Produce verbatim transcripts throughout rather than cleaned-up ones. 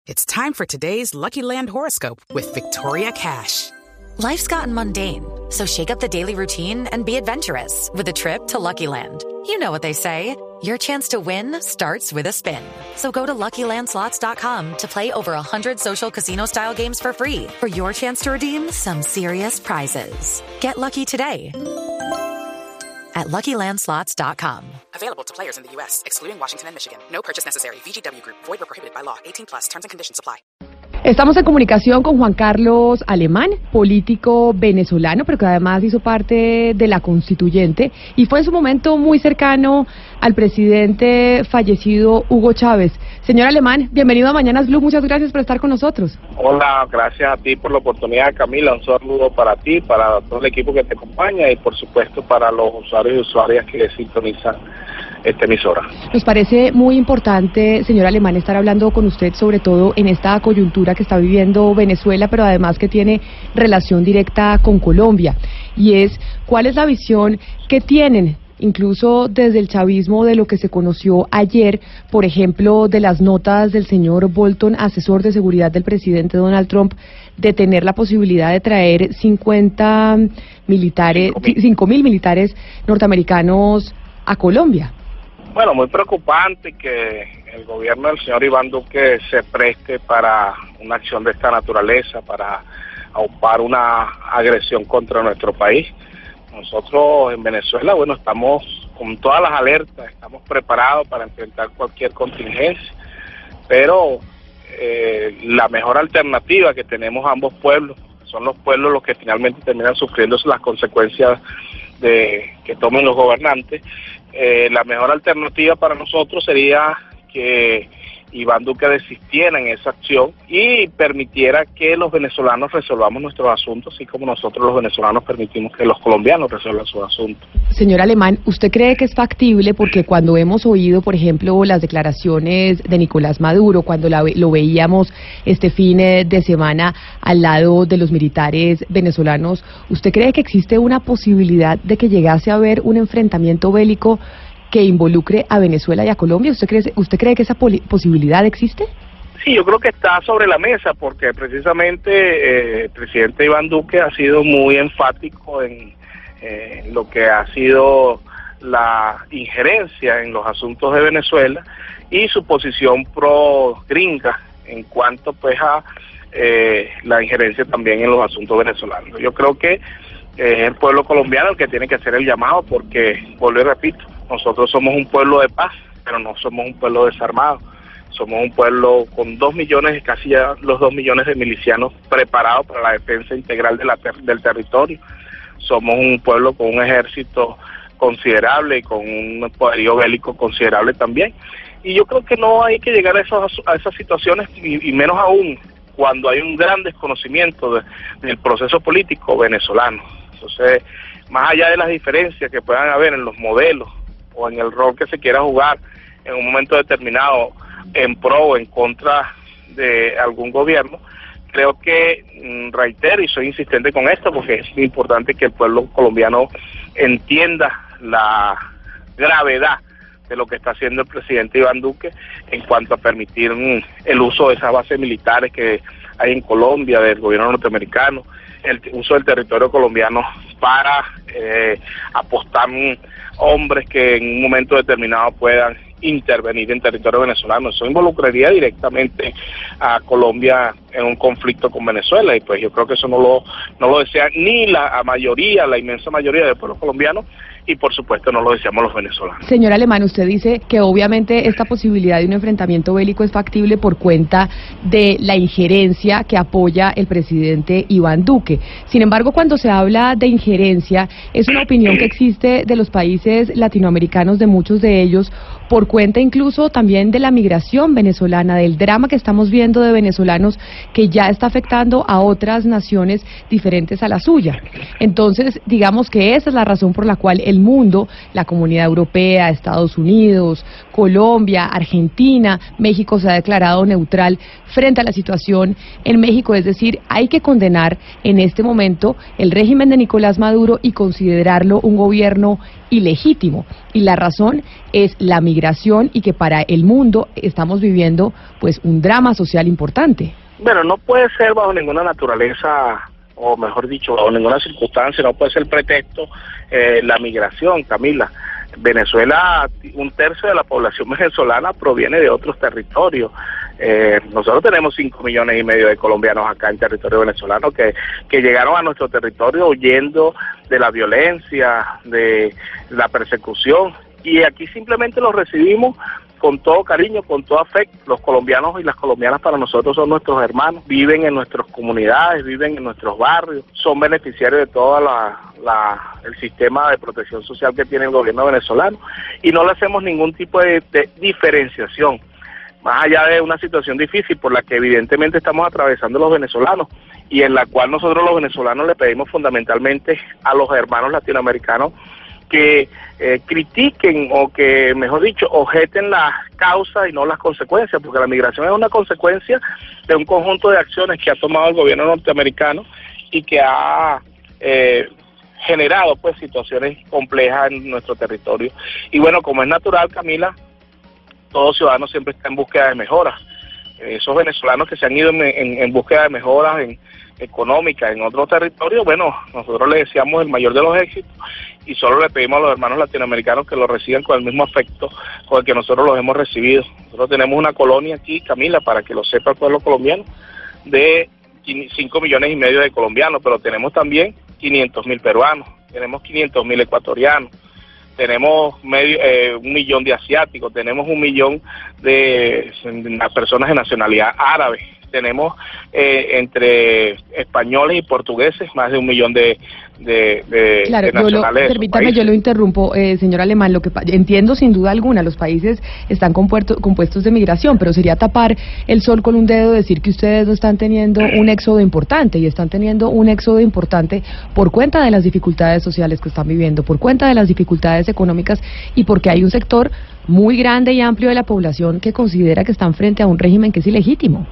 It's time for today's Lucky Land horoscope with Victoria Cash. Life's gotten mundane, so shake up the daily routine and be adventurous with a trip to Lucky Land. You know what they say, your chance to win starts with a spin. So go to Lucky Land Slots dot com to play over one hundred social casino-style games for free for your chance to redeem some serious prizes. Get lucky today at Lucky Land Slots dot com. Available to players in the U S, excluding Washington and Michigan. No purchase necessary. V G W Group. Void or prohibited by law. eighteen plus. Terms and conditions apply. Estamos en comunicación con Juan Carlos Alemán, político venezolano, pero que además hizo parte de la constituyente y fue en su momento muy cercano al presidente fallecido Hugo Chávez. Señor Alemán, bienvenido a Mañanas Blue, muchas gracias por estar con nosotros. Hola, gracias a ti por la oportunidad, Camila, un saludo para ti, para todo el equipo que te acompaña y por supuesto para los usuarios y usuarias que sintonizan esta emisora. Nos parece muy importante, señor Alemán, estar hablando con usted sobre todo en esta coyuntura que está viviendo Venezuela, pero además que tiene relación directa con Colombia, y es cuál es la visión que tienen incluso desde el chavismo de lo que se conoció ayer, por ejemplo, de las notas del señor Bolton, asesor de seguridad del presidente Donald Trump, de tener la posibilidad de traer cincuenta militares, cinco mil militares norteamericanos a Colombia. Bueno, muy preocupante que el gobierno del señor Iván Duque se preste para una acción de esta naturaleza, para aupar una agresión contra nuestro país. Nosotros en Venezuela, bueno, estamos con todas las alertas, estamos preparados para enfrentar cualquier contingencia, pero eh, la mejor alternativa que tenemos ambos pueblos, son los pueblos los que finalmente terminan sufriendo las consecuencias de que tomen los gobernantes. Eh, la mejor alternativa para nosotros sería que Iván Duque desistiera en esa acción y permitiera que los venezolanos resolvamos nuestros asuntos, así como nosotros los venezolanos permitimos que los colombianos resuelvan sus asuntos. Señor Alemán, ¿usted cree que es factible? Porque cuando hemos oído, por ejemplo, las declaraciones de Nicolás Maduro, cuando la, lo veíamos este fin de semana al lado de los militares venezolanos, ¿usted cree que existe una posibilidad de que llegase a haber un enfrentamiento bélico que involucre a Venezuela y a Colombia? ¿Usted cree, usted cree que esa posibilidad existe? Sí, yo creo que está sobre la mesa, porque precisamente eh, el presidente Iván Duque ha sido muy enfático en eh, lo que ha sido la injerencia en los asuntos de Venezuela y su posición pro gringa en cuanto pues a eh, la injerencia también en los asuntos venezolanos. Yo creo que es el pueblo colombiano el que tiene que hacer el llamado, porque, vuelvo y repito, nosotros somos un pueblo de paz, pero no somos un pueblo desarmado. Somos un pueblo con dos millones, casi ya los dos millones de milicianos preparados para la defensa integral de la ter del territorio. Somos un pueblo con un ejército considerable y con un poderío bélico considerable también. Y yo creo que no hay que llegar a, esos, a esas situaciones, y, y menos aún cuando hay un gran desconocimiento de, del proceso político venezolano. Entonces, más allá de las diferencias que puedan haber en los modelos o en el rol que se quiera jugar en un momento determinado en pro o en contra de algún gobierno, creo que, reitero y soy insistente con esto, porque es muy importante que el pueblo colombiano entienda la gravedad de lo que está haciendo el presidente Iván Duque en cuanto a permitir el uso de esas bases militares que hay en Colombia, del gobierno norteamericano, el uso del territorio colombiano para eh, apostar hombres que en un momento determinado puedan intervenir en territorio venezolano. Eso involucraría directamente a Colombia en un conflicto con Venezuela, y pues yo creo que eso no lo no lo desea ni la mayoría, la inmensa mayoría del pueblo colombiano, y por supuesto no lo deseamos los venezolanos. Señor Alemán, usted dice que obviamente esta posibilidad de un enfrentamiento bélico es factible por cuenta de la injerencia que apoya el presidente Iván Duque. Sin embargo, cuando se habla de injerencia, es una opinión que existe de los países latinoamericanos, de muchos de ellos, por cuenta incluso también de la migración venezolana, del drama que estamos viendo de venezolanos que ya está afectando a otras naciones diferentes a la suya. Entonces, digamos que esa es la razón por la cual el mundo, la comunidad europea, Estados Unidos, Colombia, Argentina, México se ha declarado neutral frente a la situación en México. Es decir, hay que condenar en este momento el régimen de Nicolás Maduro y considerarlo un gobierno ilegítimo, y la razón es la migración y que para el mundo estamos viviendo pues un drama social importante. Bueno, no puede ser bajo ninguna naturaleza, o mejor dicho, bajo ninguna circunstancia, no puede ser pretexto eh, la migración, Camila. Venezuela, un tercio de la población venezolana proviene de otros territorios. Eh, nosotros tenemos cinco millones y medio de colombianos acá en territorio venezolano que, que llegaron a nuestro territorio huyendo de la violencia, de la persecución, y aquí simplemente los recibimos con todo cariño, con todo afecto. Los colombianos y las colombianas para nosotros son nuestros hermanos, viven en nuestras comunidades, viven en nuestros barrios, son beneficiarios de todo la, la, el sistema de protección social que tiene el gobierno venezolano, y no le hacemos ningún tipo de, de diferenciación, más allá de una situación difícil por la que evidentemente estamos atravesando los venezolanos, y en la cual nosotros los venezolanos le pedimos fundamentalmente a los hermanos latinoamericanos que eh, critiquen, o que, mejor dicho, objeten las causas y no las consecuencias, porque la migración es una consecuencia de un conjunto de acciones que ha tomado el gobierno norteamericano y que ha eh, generado pues situaciones complejas en nuestro territorio. Y bueno, como es natural, Camila, todo ciudadano siempre está en búsqueda de mejoras. Esos venezolanos que se han ido en, en, en búsqueda de mejoras en económicas en otros territorios, bueno, nosotros les deseamos el mayor de los éxitos, y solo le pedimos a los hermanos latinoamericanos que lo reciban con el mismo afecto con el que nosotros los hemos recibido. Nosotros tenemos una colonia aquí, Camila, para que lo sepa el pueblo colombiano, de cinco millones y medio de colombianos, pero tenemos también quinientos mil peruanos, tenemos quinientos mil ecuatorianos, tenemos medio eh, un millón de asiáticos, tenemos un millón de, de personas de nacionalidad árabe, tenemos eh, entre españoles y portugueses más de un millón de, de, de, claro, de nacionales. Yo lo, permítame, yo lo interrumpo, eh, señor Alemán. Lo que entiendo sin duda alguna, los países están compuesto, compuestos de migración, pero sería tapar el sol con un dedo decir que ustedes no están teniendo un éxodo importante, y están teniendo un éxodo importante por cuenta de las dificultades sociales que están viviendo, por cuenta de las dificultades económicas, y porque hay un sector muy grande y amplio de la población que considera que están frente a un régimen que es ilegítimo.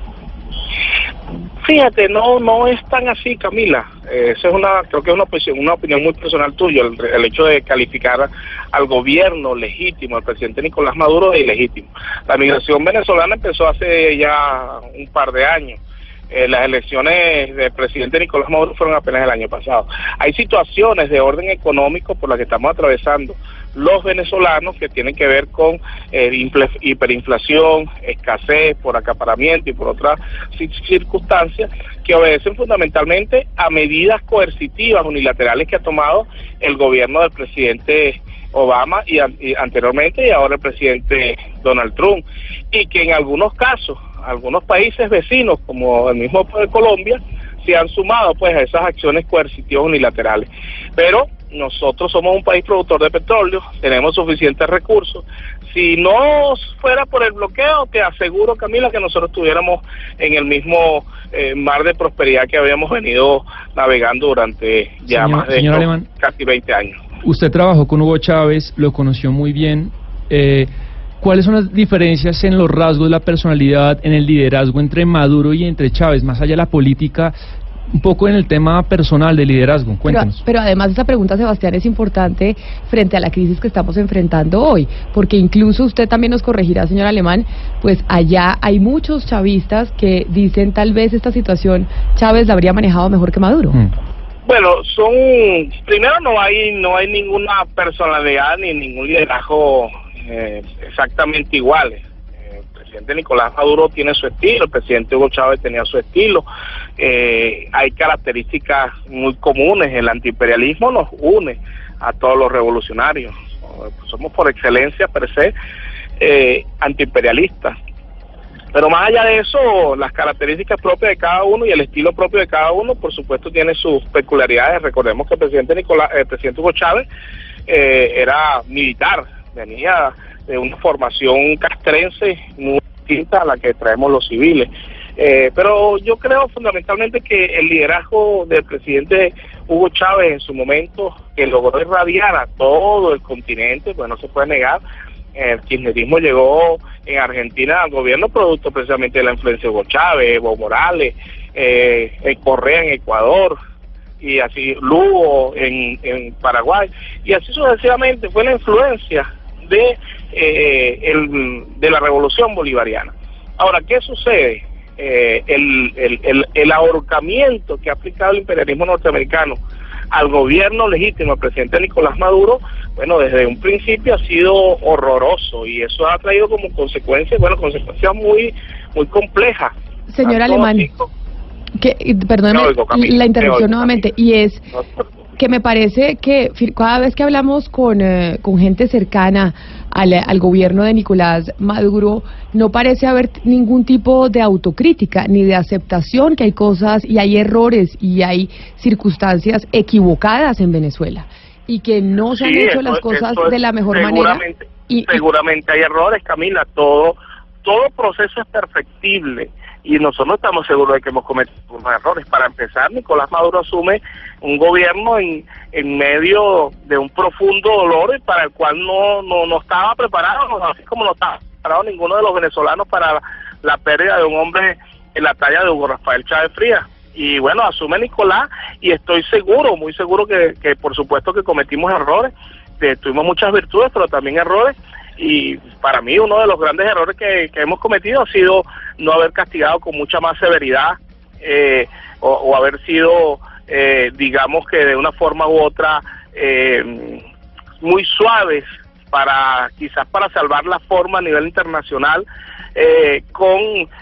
Fíjate, no no es tan así, Camila. Eh, esa es una, creo que es una opinión, una opinión muy personal tuya, el, el hecho de calificar al gobierno legítimo, al presidente Nicolás Maduro, de ilegítimo. La migración venezolana empezó hace ya un par de años. Eh, las elecciones del presidente Nicolás Maduro fueron apenas el año pasado. Hay situaciones de orden económico por las que estamos atravesando los venezolanos que tienen que ver con eh, hiperinflación, escasez por acaparamiento y por otras circunstancias que obedecen fundamentalmente a medidas coercitivas unilaterales que ha tomado el gobierno del presidente Obama y, y anteriormente y ahora el presidente Donald Trump, y que en algunos casos algunos países vecinos como el mismo de Colombia se han sumado pues a esas acciones coercitivas unilaterales. Pero nosotros somos un país productor de petróleo, tenemos suficientes recursos. Si no fuera por el bloqueo, te aseguro, Camila, que nosotros estuviéramos en el mismo eh, mar de prosperidad que habíamos venido navegando durante ya señor, más de señor esto, Alemán, casi veinte años. Usted trabajó con Hugo Chávez, lo conoció muy bien. Eh, ¿Cuáles son las diferencias en los rasgos, la personalidad, en el liderazgo entre Maduro y entre Chávez, más allá de la política? Un poco en el tema personal de liderazgo, cuéntanos. Pero, pero además esa pregunta, Sebastián, es importante frente a la crisis que estamos enfrentando hoy, porque incluso usted también nos corregirá, señor Alemán, pues allá hay muchos chavistas que dicen tal vez esta situación Chávez la habría manejado mejor que Maduro. Mm. Bueno, son, primero no hay no hay ninguna personalidad ni ningún liderazgo eh, exactamente iguales. El presidente Nicolás Maduro tiene su estilo, el presidente Hugo Chávez tenía su estilo, eh, hay características muy comunes, el antiimperialismo nos une a todos los revolucionarios, somos por excelencia per se eh, antiimperialistas, pero más allá de eso, las características propias de cada uno y el estilo propio de cada uno, por supuesto, tiene sus peculiaridades. Recordemos que el presidente Nicolás, el presidente Hugo Chávez eh, era militar, venía de una formación castrense muy distinta a la que traemos los civiles. Eh, pero yo creo fundamentalmente que el liderazgo del presidente Hugo Chávez en su momento, que logró irradiar a todo el continente, pues no se puede negar. El kirchnerismo llegó en Argentina al gobierno producto precisamente de la influencia de Hugo Chávez, Evo Morales, eh, Correa en Ecuador, y así Lugo en, en Paraguay, y así sucesivamente. Fue la influencia de, eh, el, de la revolución bolivariana. Ahora, ¿qué sucede? Eh, el, el, el, el ahorcamiento que ha aplicado el imperialismo norteamericano al gobierno legítimo, al presidente Nicolás Maduro, bueno, desde un principio ha sido horroroso, y eso ha traído como consecuencias, bueno, consecuencias muy muy complejas. Señor Alemán, que, perdóneme oigo, Camila, la interrupción oigo, nuevamente, Camila. Y es que me parece que cada vez que hablamos con, eh, con gente cercana al, al gobierno de Nicolás Maduro, no parece haber ningún tipo de autocrítica ni de aceptación que hay cosas y hay errores y hay circunstancias equivocadas en Venezuela y que no se sí, han hecho eso, las cosas de la mejor manera. Y, seguramente hay errores, Camila, todo, todo proceso es perfectible. Y nosotros estamos seguros de que hemos cometido unos errores. Para empezar, Nicolás Maduro asume un gobierno en, en medio de un profundo dolor para el cual no, no, no estaba preparado, así como no estaba preparado ninguno de los venezolanos para la pérdida de un hombre en la talla de Hugo Rafael Chávez Frías. Y bueno, asume Nicolás, y estoy seguro, muy seguro que, que por supuesto que cometimos errores, que tuvimos muchas virtudes, pero también errores. Y para mí uno de los grandes errores que, que hemos cometido ha sido no haber castigado con mucha más severidad, eh, o, o haber sido, eh, digamos que de una forma u otra, eh, muy suaves para quizás para salvar la forma a nivel internacional, eh, con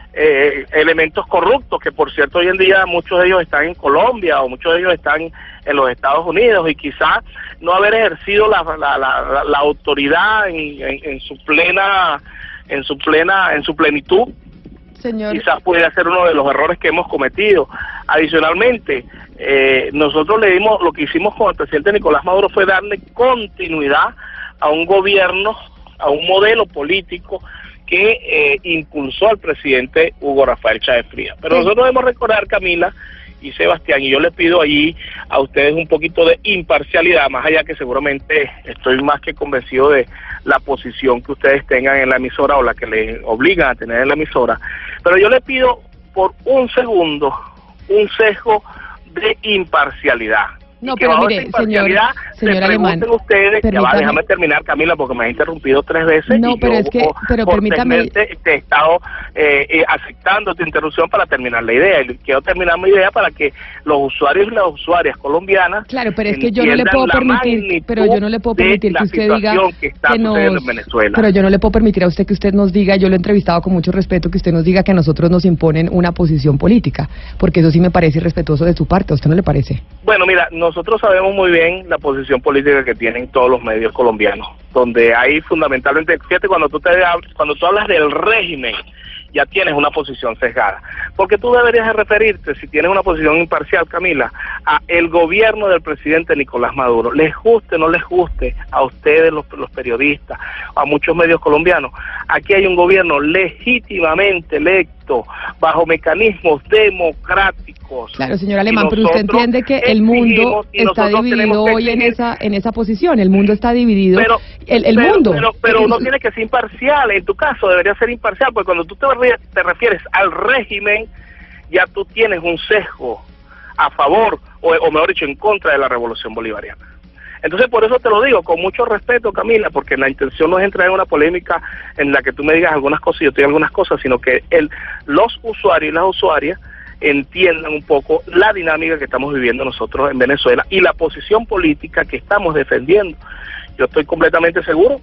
eh, elementos corruptos, que por cierto hoy en día muchos de ellos están en Colombia o muchos de ellos están en los Estados Unidos, y quizás no haber ejercido la, la, la, la autoridad en, en, en su plena en su plena en su plenitud. Señor, quizás pudiera ser uno de los errores que hemos cometido. Adicionalmente, eh, nosotros le dimos, lo que hicimos con el presidente Nicolás Maduro fue darle continuidad a un gobierno, a un modelo político que eh, impulsó al presidente Hugo Rafael Chávez Frías. Pero sí, nosotros debemos recordar, Camila y Sebastián, y yo le pido allí a ustedes un poquito de imparcialidad, más allá que seguramente estoy más que convencido de la posición que ustedes tengan en la emisora o la que les obligan a tener en la emisora, pero yo le pido por un segundo un sesgo de imparcialidad. No, pero mire, señor, señor Alemán, ustedes, ya va, déjame terminar, Camila, porque me ha interrumpido tres veces. No, y pero yo, es que, pero permítame, te, te he estado eh, eh, aceptando tu interrupción para terminar la idea, y quiero terminar mi idea para que los usuarios y las usuarias colombianas. Claro, pero es que yo no le puedo permitir, pero yo no le puedo permitir que usted diga que, que nos, en Venezuela. Pero yo no le puedo permitir a usted que usted nos diga, yo lo he entrevistado con mucho respeto, que usted nos diga que a nosotros nos imponen una posición política, porque eso sí me parece irrespetuoso de su parte. ¿A usted no le parece? Bueno, mira, nosotros sabemos muy bien la posición política que tienen todos los medios colombianos, donde hay fundamentalmente, fíjate, cuando tú te cuando tú hablas del régimen, ya tienes una posición sesgada, porque tú deberías de referirte, si tienes una posición imparcial, Camila, a el gobierno del presidente Nicolás Maduro. Les guste o no les guste a ustedes, los, los periodistas, a muchos medios colombianos, aquí hay un gobierno legítimamente electo bajo mecanismos democráticos. Claro, señor Alemán, pero usted entiende que el mundo está dividido hoy en esa en esa posición, el mundo está dividido, pero, el, el pero, mundo. Pero, pero uno tiene que ser imparcial, en tu caso debería ser imparcial, porque cuando tú te, te refieres al régimen, ya tú tienes un sesgo a favor, o, o mejor dicho, en contra de la revolución bolivariana. Entonces, por eso te lo digo, con mucho respeto, Camila, porque la intención no es entrar en una polémica en la que tú me digas algunas cosas y yo te diga algunas cosas, sino que el, los usuarios y las usuarias entiendan un poco la dinámica que estamos viviendo nosotros en Venezuela y la posición política que estamos defendiendo. Yo estoy completamente seguro,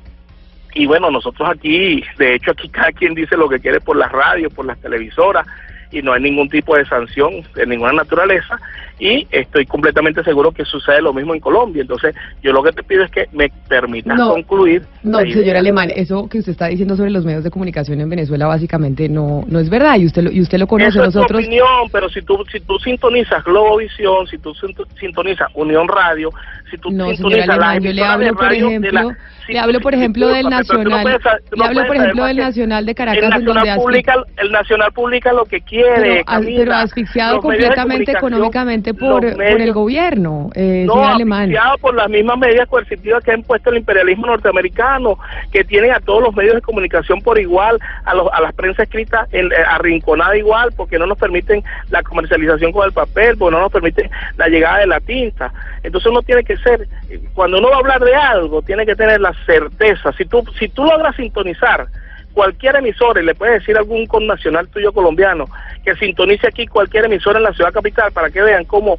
y bueno, nosotros aquí, de hecho aquí cada quien dice lo que quiere por las radios, por las televisoras, y no hay ningún tipo de sanción de ninguna naturaleza, y estoy completamente seguro que sucede lo mismo en Colombia. Entonces yo lo que te pido es que me permitas no, concluir. No, señor Alemán, eso que usted está diciendo sobre los medios de comunicación en Venezuela básicamente no no es verdad, y usted lo, y usted lo conoce. Eso nosotros... es tu opinión, pero si tú si tú sintonizas Globovisión, si tú sintonizas Unión Radio, si tú no, sintonizas Alemán, yo le hablo por ejemplo, la, si, le hablo por ejemplo si, del Nacional, no puedes, no le hablo por ejemplo del Nacional de Caracas, el Nacional en donde publica, hace... el Nacional publica lo que quiere. quiere, pero, Camila, pero asfixiado completamente económicamente por, medios, por el gobierno, eh, no, asfixiado por las mismas medidas coercitivas que ha impuesto el imperialismo norteamericano, que tienen a todos los medios de comunicación por igual, a, los, a las prensa escrita en, eh, arrinconada igual, porque no nos permiten la comercialización con el papel, porque no nos permiten la llegada de la tinta. Entonces uno tiene que ser, cuando uno va a hablar de algo, tiene que tener la certeza. Si tú, si tú logras sintonizar cualquier emisora, y le puedes decir a algún connacional tuyo colombiano que sintonice aquí cualquier emisora en la ciudad capital para que vean cómo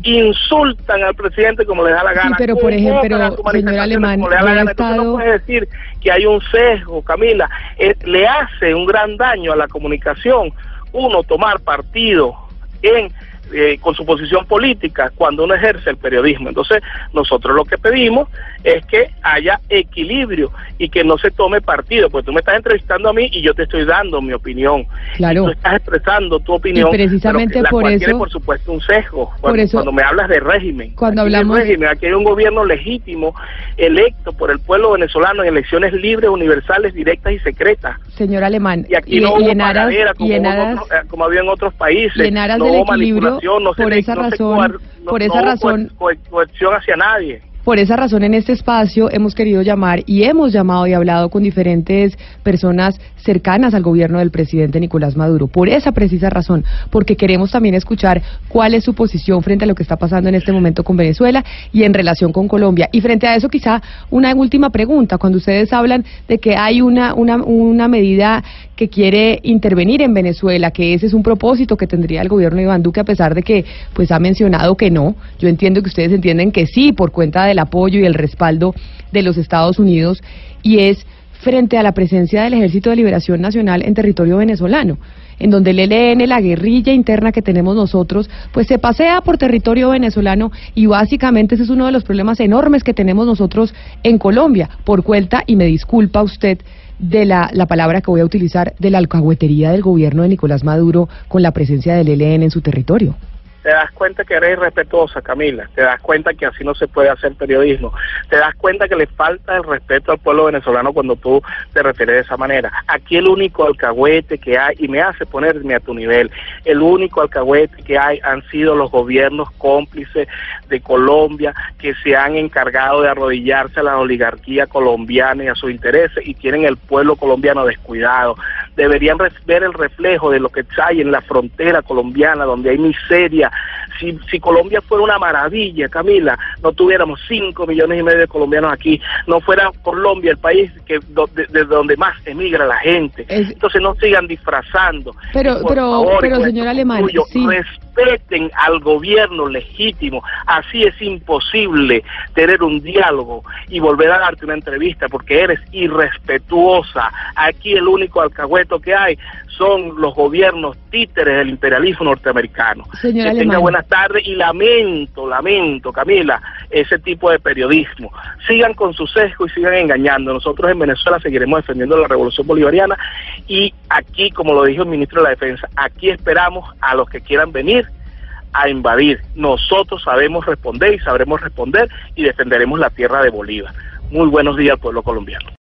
insultan al presidente como les da la gana. Sí, pero por ejemplo, pero, señor Alemán, como le da la gana. Entonces no puede decir que hay un sesgo, Camila. Eh, le hace un gran daño a la comunicación uno tomar partido en Eh, con su posición política cuando uno ejerce el periodismo. Entonces nosotros lo que pedimos es que haya equilibrio y que no se tome partido, porque tú me estás entrevistando a mí y yo te estoy dando mi opinión. Claro. Y tú estás expresando tu opinión, y precisamente pero que, por la cual eso tiene por supuesto un sesgo. Por cuando, eso, cuando me hablas de régimen, cuando aquí hablamos de régimen, aquí hay un gobierno legítimo electo por el pueblo venezolano en elecciones libres, universales, directas y secretas. Señor Alemán, y aquí y, no y hubo en aras, pagadera, como, y en hubo aras, otros, eh, como había en otros países, y en aras no del hubo equilibrio, manipulación, no se por le, esa no razón, se coer, no, por esa no razón, hubo coerción hacia nadie. Por esa razón, en este espacio hemos querido llamar y hemos llamado y hablado con diferentes personas cercanas al gobierno del presidente Nicolás Maduro. Por esa precisa razón, porque queremos también escuchar cuál es su posición frente a lo que está pasando en este momento con Venezuela y en relación con Colombia. Y frente a eso, quizá una última pregunta. Cuando ustedes hablan de que hay una, una, una medida que quiere intervenir en Venezuela, que ese es un propósito que tendría el gobierno de Iván Duque, a pesar de que pues ha mencionado que no. Yo entiendo que ustedes entienden que sí, por cuenta de del apoyo y el respaldo de los Estados Unidos, y es frente a la presencia del Ejército de Liberación Nacional en territorio venezolano, en donde el E L N, la guerrilla interna que tenemos nosotros, pues se pasea por territorio venezolano, y básicamente ese es uno de los problemas enormes que tenemos nosotros en Colombia, por cuenta, y me disculpa usted de la, la palabra que voy a utilizar, de la alcahuetería del gobierno de Nicolás Maduro con la presencia del E L N en su territorio. Te das cuenta que eres irrespetuosa, Camila, te das cuenta que así no se puede hacer periodismo, te das cuenta que le falta el respeto al pueblo venezolano cuando tú te refieres de esa manera. Aquí el único alcahuete que hay, y me hace ponerme a tu nivel, el único alcahuete que hay han sido los gobiernos cómplices de Colombia, que se han encargado de arrodillarse a la oligarquía colombiana y a sus intereses, y tienen el pueblo colombiano descuidado. Deberían ver el reflejo de lo que hay en la frontera colombiana, donde hay miseria. Si, si Colombia fuera una maravilla, Camila, no tuviéramos cinco millones y medio de colombianos aquí, no fuera Colombia el país que desde de, de donde más emigra la gente. Es... Entonces no sigan disfrazando. Pero, pero, favor, pero señor Alemán, tuyo, sí. respeten al gobierno legítimo. Así es imposible tener un diálogo y volver a darte una entrevista porque eres irrespetuosa. Aquí el único alcahueto que hay son los gobiernos títeres del imperialismo norteamericano. Señor que Alemán. Tenga buenas tardes y lamento, lamento, Camila, ese tipo de periodismo. Sigan con su sesgo y sigan engañando. Nosotros en Venezuela seguiremos defendiendo la revolución bolivariana y aquí, como lo dijo el ministro de la Defensa, aquí esperamos a los que quieran venir a invadir. Nosotros sabemos responder y sabremos responder y defenderemos la tierra de Bolívar. Muy buenos días al pueblo colombiano.